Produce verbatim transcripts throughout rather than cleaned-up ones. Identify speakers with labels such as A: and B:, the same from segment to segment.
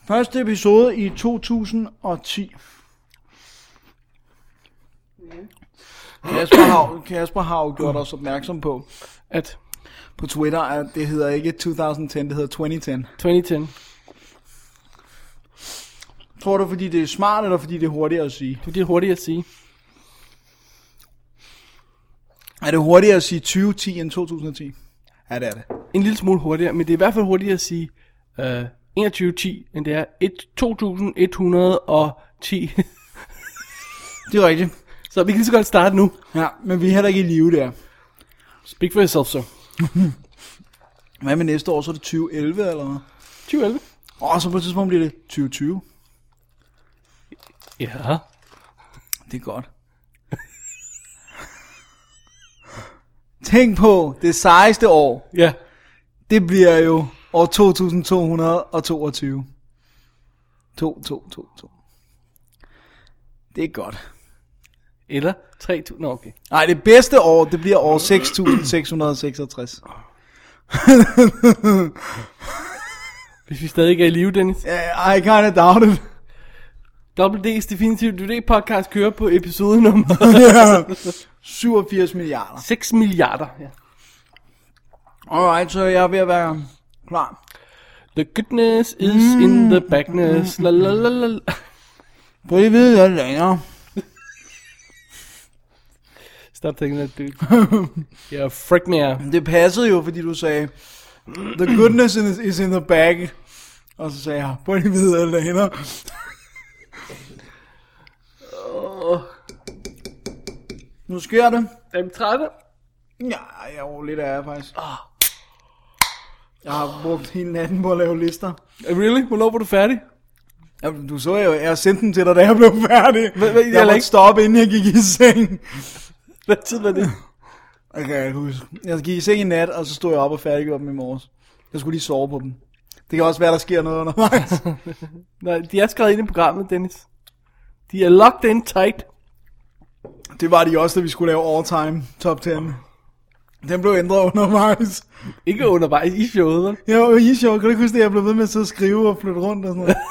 A: Første episode i to tusind og ti. Kasper har, Kasper har jo gjort os opmærksom på,
B: at
A: på Twitter, at det hedder ikke to tusind og ti, det hedder tyve ti.
B: tyve ti.
A: Tror du, fordi det er smart, eller fordi det er hurtigere at sige?
B: Det er hurtigt at sige.
A: Er det hurtigere at sige tyve ti end to tusind og ti? Ja, det er det.
B: En lille smule hurtigere, men det er i hvert fald hurtigere at sige øh, enogtyve ti, end det er to tusind et hundrede og ti.
A: Det er rigtigt.
B: Så vi kan lige så godt starte nu.
A: Ja, men vi er heller ikke i live der.
B: Speak for yourself, så.
A: Hvad med næste år, så er det tyve elleve, eller hvad?
B: tyve elleve.
A: Åh, så på et tidspunkt bliver det tyve tyve.
B: Ja.
A: Det er godt. Tænk på, det sejeste år,
B: Ja.
A: det bliver jo år to tusind to hundrede og toogtyve. to, to, to, to. Det er godt.
B: Eller tre tusind. Nå, okay.
A: Nej, det bedste år, det bliver år seks tusind seks hundrede og seksogtres.
B: Hvis vi stadig ikke er i live, Dennis.
A: Yeah, I kinda doubt it.
B: W D's Definitive D V D podcast kører på episode nummer
A: syvogfirs milliarder.
B: seks milliarder. Ja.
A: Alright, så jeg er ved at være klar.
B: The goodness is mm. in the backness. La la la la.
A: Prøv lige at vide, jeg er længere.
B: Stop thinking that, dude. Yeah, freak me out.
A: Det passede jo, fordi du sagde, the goodness is in the bag. Og så sagde jeg, prøv lige at vide, jeg er længere. Nu sker det.
B: Er vi trætte?
A: Ja, jeg er jo lidt af jer faktisk. Jeg har brugt hele natten på at lave lister.
B: Really? Hvornår var du færdig?
A: Ja, du så jo, jeg sendte den til dig, da jeg blev færdig.
B: Hva, hva,
A: jeg måtte ikke stoppe, inden jeg gik i seng.
B: Hvad tid var det?
A: Jeg kan ikke huske. Jeg gik i seng i nat, og så stod jeg op og færdiggjorde dem i morges. Jeg skulle lige sove på dem. Det kan også være, der sker noget undervejs.
B: Nej, de er skrevet ind i programmet, Dennis. De er locked in tight.
A: Det var de også, da vi skulle lave all time top ti. Den blev ændret undervejs.
B: Ikke undervejs i showet, vel?
A: Ja, og I sjov, kan du ikke huske det, jeg blev ved med at sidde og skrive og flytte rundt og sådan noget?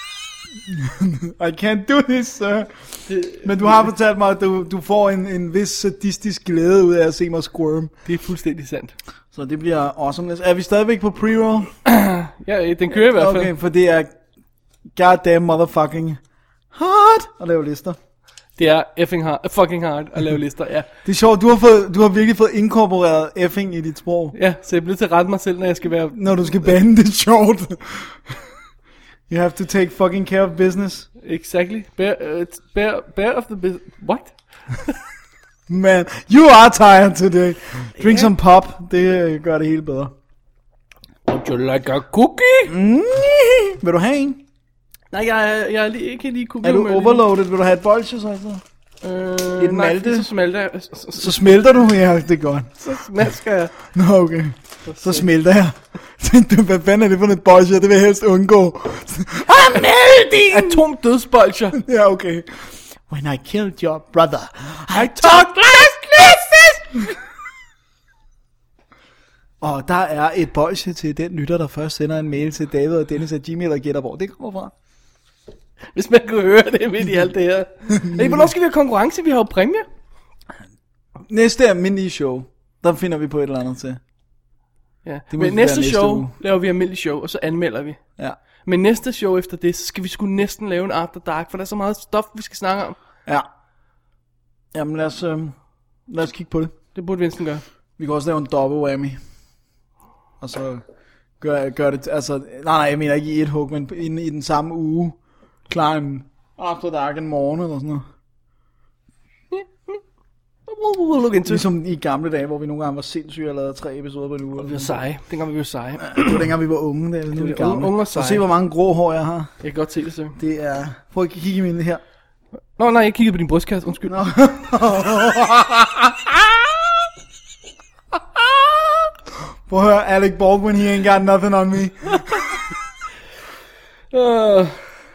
A: I can't do this, sir. Men du har fortalt mig, at du, du får en, en vis sadistisk glæde ud af at se mig squirm.
B: Det er fuldstændig sandt.
A: Så det bliver awesome. Er vi stadigvæk på pre-roll?
B: Ja, den kører i hvert fald.
A: Okay, for det er goddamn motherfucking hard at lave lister.
B: Det er effing hard, fucking hard at lave lister, ja.
A: Det er sjovt, du har, fået, du har virkelig fået inkorporeret effing i dit sprog.
B: Ja, så jeg bliver til at rette mig selv, når jeg skal være...
A: Når du skal bande, det er sjovt. You have to take fucking care of business.
B: Exactly. Bear, uh, bear, bear of the business... What?
A: Man, you are tired today. Drink yeah. some pop. Det gør det hele bedre.
B: Would you like a cookie?
A: Mm. Vil du have en?
B: Nej, jeg, jeg, jeg ikke lige cookie.
A: Er du overloaded? Vil du have et bolsje så?
B: Øh,
A: et
B: nej,
A: malte?
B: så smelter jeg. Så, så,
A: så smelter du? Ja, det er godt.
B: Så smasker jeg.
A: Nå, okay. Så, så smelter jeg. Hvad fanden er det for et bolsje? Det vil jeg helst undgå. Ah, melding!
B: Atom dødsbolsjer.
A: Ja, okay. When I killed your brother,
B: I talked like this.
A: Og der er et bolsje til den lytter, der først sender en mail til David og Dennis at Gmail og gætter, hvor det kommer fra.
B: Hvis man kunne høre det midt i alt det her. Hey, hvornår skal vi have konkurrence? Vi har jo præmie.
A: Næste almindelige show, der finder vi på et eller andet til.
B: Ja. Men næste, næste show uge. Laver vi almindelig show, og så anmelder vi.
A: Ja.
B: Men næste show efter det, så skal vi sgu næsten lave en After Dark, for der er så meget stof, vi skal snakke om.
A: Ja. Jamen lad os, øh, lad os kigge på det.
B: Det burde Vincent gøre.
A: Vi kan også lave en double whammy. Og så gør, gør det, altså, nej nej, jeg mener ikke i et hug, men i, i den samme uge. Klar en After Dark en morgen eller sådan noget.
B: We'll look into
A: ligesom i gamle dage, hvor vi nogle gange var sindssyge og lavede tre episoder på en uge.
B: Og vi var seje. Dengang vi var seje.
A: Det var dengang vi var unge. Det er, nu er vi gamle.
B: Unge og seje.
A: Så se hvor mange grå hår jeg har.
B: Jeg kan godt se det så.
A: Det er... Prøv at kigge i mine her.
B: Nå nej, jeg kiggede på din brystkasse. Undskyld. Nå.
A: Prøv at høre, Alec Baldwin, he ain't got nothing on me.
B: uh.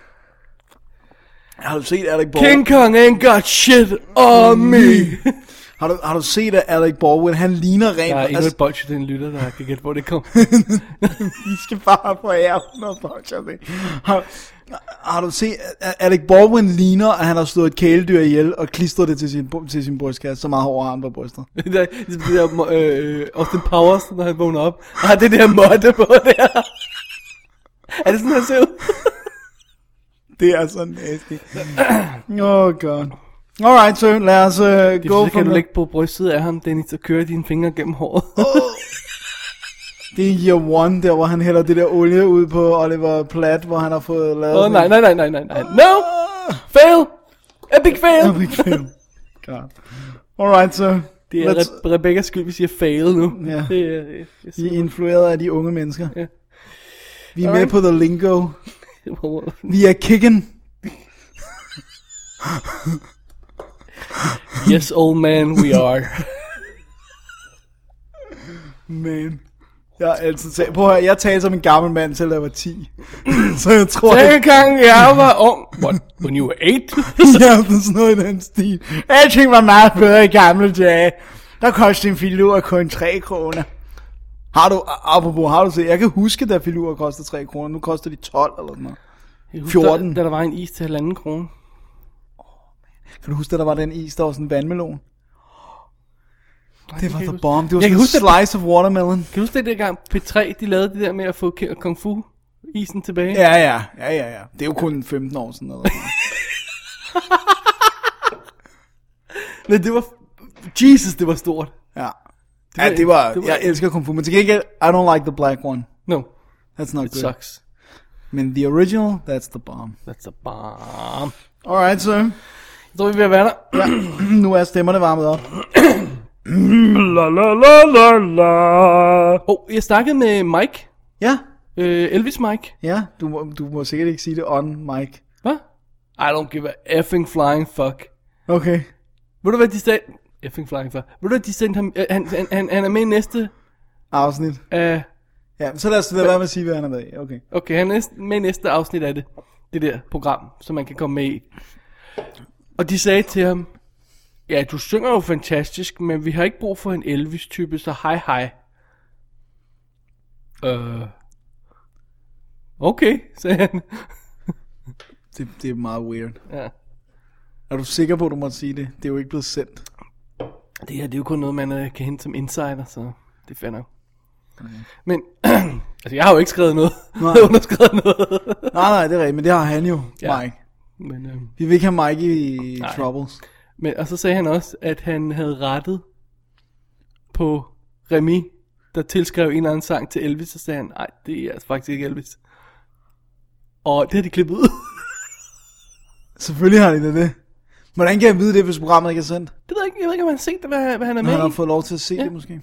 A: Jeg har set Alec Baldwin.
B: King Kong ain't got shit on me.
A: Har du, har du set, at Alec Baldwin, han ligner rent...
B: Der er endnu
A: altså,
B: et bolsje, den lytter, der kan gætte, hvor det kom.
A: vi skal bare få ære hundrede bolcher. Har, har du set, at Alec Baldwin ligner, at han har slået et kæledyr ihjel og klistret det til sin, til sin brystkasse, så meget hård har han på brystet.
B: det der, det der øh, Austin Powers, når han vågner op, og har det der måtte på der. Er det sådan, han ser ud?
A: Det er så nasty. Oh god. Alright, så lad os uh,
B: det
A: gå
B: for kan du lægge på brystet af ham, Dennis, og køre dine fingre gennem håret.
A: Oh. Det er year one, der hvor han hælder det der olie ud på Oliver Platt, hvor han har fået lavet...
B: Åh oh, nej, nej, nej, nej, nej, nej. No! Fail! Epic fail!
A: Epic fail. God. Alright, så...
B: Det er Re- Rebecca's skyld, vi siger fail nu.
A: Ja.
B: Det er, jeg, jeg
A: Vi er influeret af de unge mennesker.
B: Ja.
A: Vi er
B: Alright.
A: med på the lingo. Vi er kicking.
B: Yes, old man, we are.
A: Man. Jeg har altid talt... Prøv at høre, jeg talte som en gammel mand, til jeg var ti. Så jeg tror...
B: Dengang jeg var ung. What? When you were eight?
A: Ja, det er sådan noget i den stil. Alting var meget bedre i gamle dage. Der kostede en filur kun tre kroner. Har du, apropos, har du set, jeg kan huske, da filurer kostede tre kroner, nu koster de tolv eller sådan noget.
B: Jeg husker,
A: fjorten.
B: Da der var en is til halvanden krone.
A: Kan du huske, at der var den is, der var sådan en vandmelon? Det var the
B: huske.
A: bomb. Det var
B: Jeg
A: sådan
B: kan huske,
A: en slice of watermelon.
B: Kan du huske det der gang P tre, de lavede det der med at få kung fu isen tilbage?
A: Ja, ja, ja, ja, ja. Det er jo kun femten år siden. Eller sådan.
B: Men det var... Jesus, det var stort.
A: Ja.
B: Det
A: Ja,
B: var-
A: det var,
B: det var-
A: jeg elsker kung fu, men til gengæld, I don't like the black one.
B: No,
A: That's not
B: it
A: good.
B: sucks.
A: Men the original, that's the bomb.
B: That's a bomb.
A: Alright, så.
B: Jeg tror, vi er ved at være der.
A: Ja, nu er stemmerne varmet op.
B: La la la la la. Oh, jeg snakkede med Mike.
A: Ja,
B: Øh, Elvis Mike.
A: ja, du må, du må sikkert ikke sige det on mic.
B: Hvad? I don't give a effing flying fuck.
A: Okay.
B: Ved du hvad de sagde? Effing flying fuck. Ved du hvad de sendte ham? Øh, Han, han, han, han er med i næste...
A: Afsnit.
B: Uh,
A: Ja, så lad os lade være med at sige, hvad han er med i. Okay.
B: okay, han er næste- med i næste afsnit af det. Det der program, som man kan komme med i. Og de sagde til ham... Ja, du synger jo fantastisk, men vi har ikke brug for en Elvis-type, så hej hej. Øh... Okay, sagde han.
A: Det, det er meget weird.
B: Ja.
A: Er du sikker på, at du må sige det? Det er jo ikke blevet sendt.
B: Det her, det er jo kun noget, man uh, kan hente som insider, så det er fair nok. Okay. Men, altså jeg har jo ikke skrevet noget.
A: Nej.
B: Jeg har underskrevet noget.
A: Nej, nej, det er rigtigt, men det har han jo,
B: Ja.
A: Mike.
B: Men, øh,
A: Vi vil ikke have Mike i
B: Nej.
A: troubles.
B: men, og så sagde han også, at han havde rettet på Remy, der tilskrev en eller anden sang til Elvis, så sagde han, nej, det er altså faktisk ikke Elvis. Og det har de klippet ud.
A: Selvfølgelig har de det, det. Hvordan kan jeg vide det, hvis programmet ikke er sendt?
B: Det ved jeg ikke, jeg ved ikke, om han har set det, hvad, hvad han er
A: Når
B: med
A: han har
B: i.
A: fået lov til at se
B: Ja.
A: det, måske.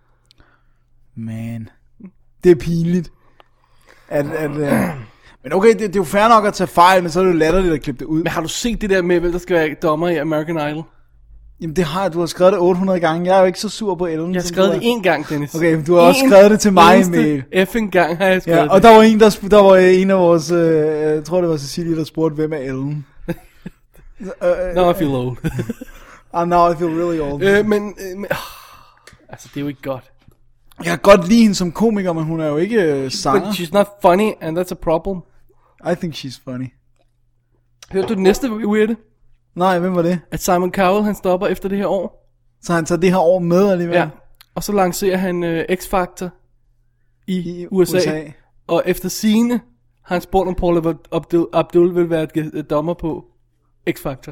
A: Man. Det er pinligt. At, at, uh... Men okay, det, det er jo fair nok at tage fejl, men så er det jo latterligt at klippe det ud.
B: Men har du set det der med, hvem der skal være dommer i American Idol?
A: Jamen det har jeg, du har skrevet det otte hundrede gange. Jeg er jo ikke så sur på Ellen.
B: Jeg har
A: som
B: skrevet
A: du er.
B: det én gang, Dennis.
A: Okay, men du har også
B: En
A: skrevet det til mig,
B: eneste
A: Emil.
B: effing gang har jeg skrevet
A: Ja, og
B: det.
A: der var en, der, sp- der var en af vores, øh, jeg tror det var Cecilie, der spurgte, hvem er Ellen? uh,
B: Now I feel old.
A: uh, now I feel really old.
B: øh, men, øh, men øh, altså det er jo ikke godt.
A: Jeg kan godt lide hende som komiker, men hun er jo ikke øh, sanger.
B: But she's not funny, and that's a problem.
A: I think she's funny.
B: Hørte du det næste weirde?
A: Nej, hvem var det?
B: At Simon Cowell, han stopper efter det her år.
A: Så han tager det her år med alligevel?
B: Ja. Og så lancerer han øh, X-Factor i,
A: I
B: U S A.
A: U S A.
B: Og efter sigende har han spurgt, om Paula Abdul, Abdul vil være et, et dommer på X-Factor.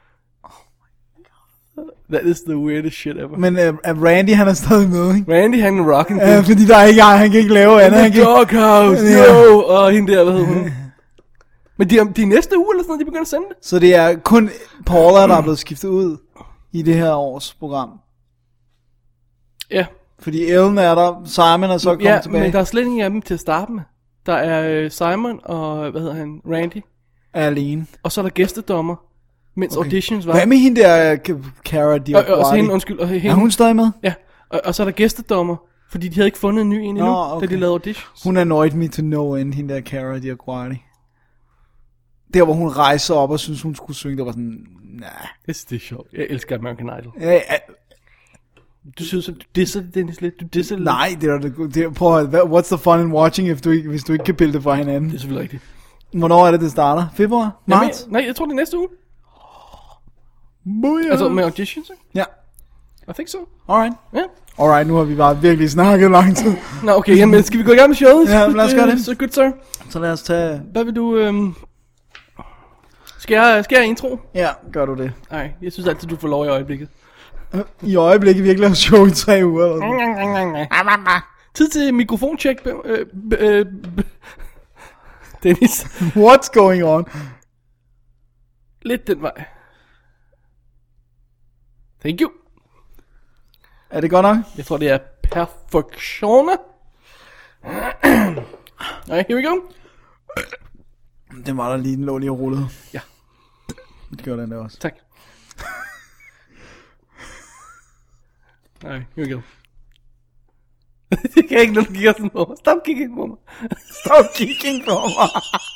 B: That is the weirdest shit ever.
A: Men uh, Randy, han er stadig med, ikke?
B: Randy, han er rocking.
A: Ja, fordi der er ikke, han kan ikke lave andet. Han
B: The
A: kan...
B: Doghouse,
A: Ja.
B: no! Og hende der, hvad hedder hun? Men de, de næste uge eller sådan noget, de begynder at sende det.
A: Så det er kun Paula, der er blevet skiftet ud i det her års program.
B: Ja,
A: Fordi Ellen er der, Simon er så kommet
B: ja
A: tilbage.
B: men der er slet ingen af dem til at starte med. Der er øh, Simon og, hvad hedder han, Randy.
A: Er alene.
B: Og så er der gæstedommer, mens okay. auditions var.
A: Hvad med hende der, K- Cara
B: og, og, og så hende,
A: Diaguardi?
B: undskyld, og hende,
A: Er hun stadig med?
B: Ja, og, og så er der gæstedommer, fordi de havde ikke fundet en ny en endnu,
A: Nå, okay.
B: da de lavede auditions.
A: Hun annoyed me to no end, hende der Cara Diaguardi. Der hvor hun rejser op og synes hun skulle synge, der var sådan, nah.
B: Det, det er sjovt. Jeg elsker American Idol.
A: Ja, ja,
B: Du synes, at du disser det, Dennis, lidt. Du disser det
A: Nej, det er det. det er, prøv at, what's the fun in watching, if du ikke, hvis du ikke kan pille det fra hinanden?
B: Det er selvfølgelig rigtigt.
A: Hvornår er det, det starter? Februar? Marts?
B: Jamen, nej, jeg tror, det er næste uge.
A: Booyah.
B: Altså med auditions, ikke?
A: Ja.
B: I think so.
A: Alright.
B: Ja.
A: Alright, nu har vi bare virkelig snakket lang tid.
B: Nå, okay, jamen, skal vi gå i gang med showet?
A: Ja, lad os gøre det.
B: Så good, sir.
A: Så lad os tage...
B: Hvad vil du, øhm... Skal jeg, skal jeg intro?
A: Ja, gør du det.
B: Nej, jeg synes altid, du får lov i øjeblikket.
A: I øjeblikket virkelig har show i tre uger. Eller sådan.
B: Tid til mikrofoncheck. Øh, øh, Dennis.
A: What's going on?
B: Lidt den vej. Thank you.
A: Er det godt nok?
B: Jeg tror, det er perfektioner. Nej, here we go.
A: Den var der lige, den lå lige og rullede.
B: Ja.
A: Det gør den der også.
B: Tak. Nej, here we go. Det kan ikke, når du kigger sådan på mig. Stop kigking på mig.
A: Stop kigking på mig.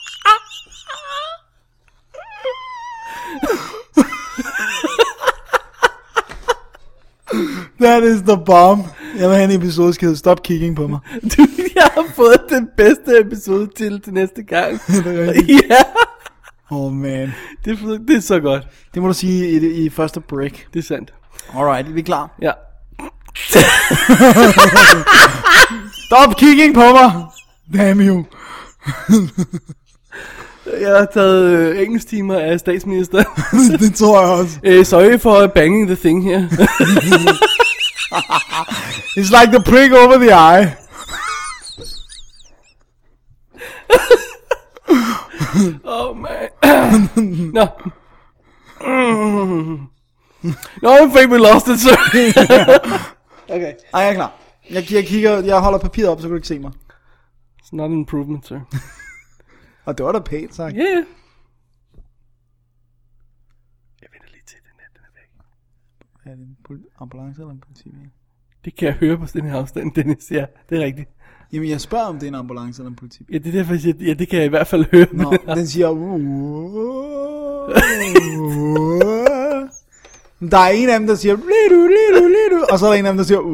A: That is the bomb. Jeg vil have en episode, skal hedde Stop kicking på mig.
B: Du, jeg har fået den bedste episode til til næste gang.
A: Det er rigtigt.
B: Ja.
A: Oh man.
B: Det, er- det er så godt.
A: Det må du sige i, i første break.
B: Det er sandt.
A: Alright, vi er klar.
B: Ja.
A: Stop kicking på mig. Damn you.
B: Jeg har taget øh, engelsk timer af statsminister.
A: Det tror jeg også.
B: uh, sorry for banging the thing here.
A: It's like the prick over the eye.
B: Oh man. No. No, I'm afraid we lost it, sir. Okay.
A: Ej, jeg er klar. Jeg, jeg kigger, jeg holder papiret op, så kan du ikke se mig.
B: It's not an improvement, sir.
A: Og det var da pænt sagt.
B: Yeah. Jeg venter lige til den her, den er væk.
A: Er det en pol- ambulance eller en politibil?
B: Det kan jeg høre på den her afstand, Dennis. Ja, det er rigtigt.
A: Jamen, jeg spørger, om det er en ambulance eller en politibil.
B: Ja, det er derfor, jeg siger, ja, det kan jeg i hvert fald høre.
A: Nå, den siger... Der er en af dem, der siger... Lidu, lidu, lidu, og så er der en af dem, der siger...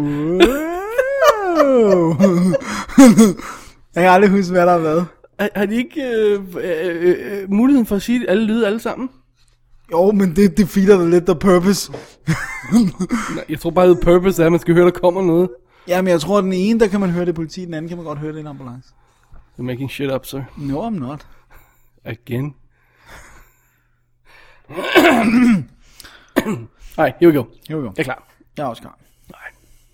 A: Jeg kan aldrig huske, hvad der har været.
B: Har, har de ikke øh, øh, øh, muligheden for at sige alle lyde alle sammen?
A: Jo, men det defeater lidt the purpose.
B: Nej, jeg tror bare, at purpose er, at man skal høre, der kommer noget.
A: Jamen, jeg tror, at den ene, der kan man høre det i politi, den anden kan man godt høre det i en ambulance.
B: You're making shit up, sir.
A: No, I'm not.
B: Again. Alright, here we go.
A: Here we go.
B: Jeg er klar.
A: Jeg er også klar.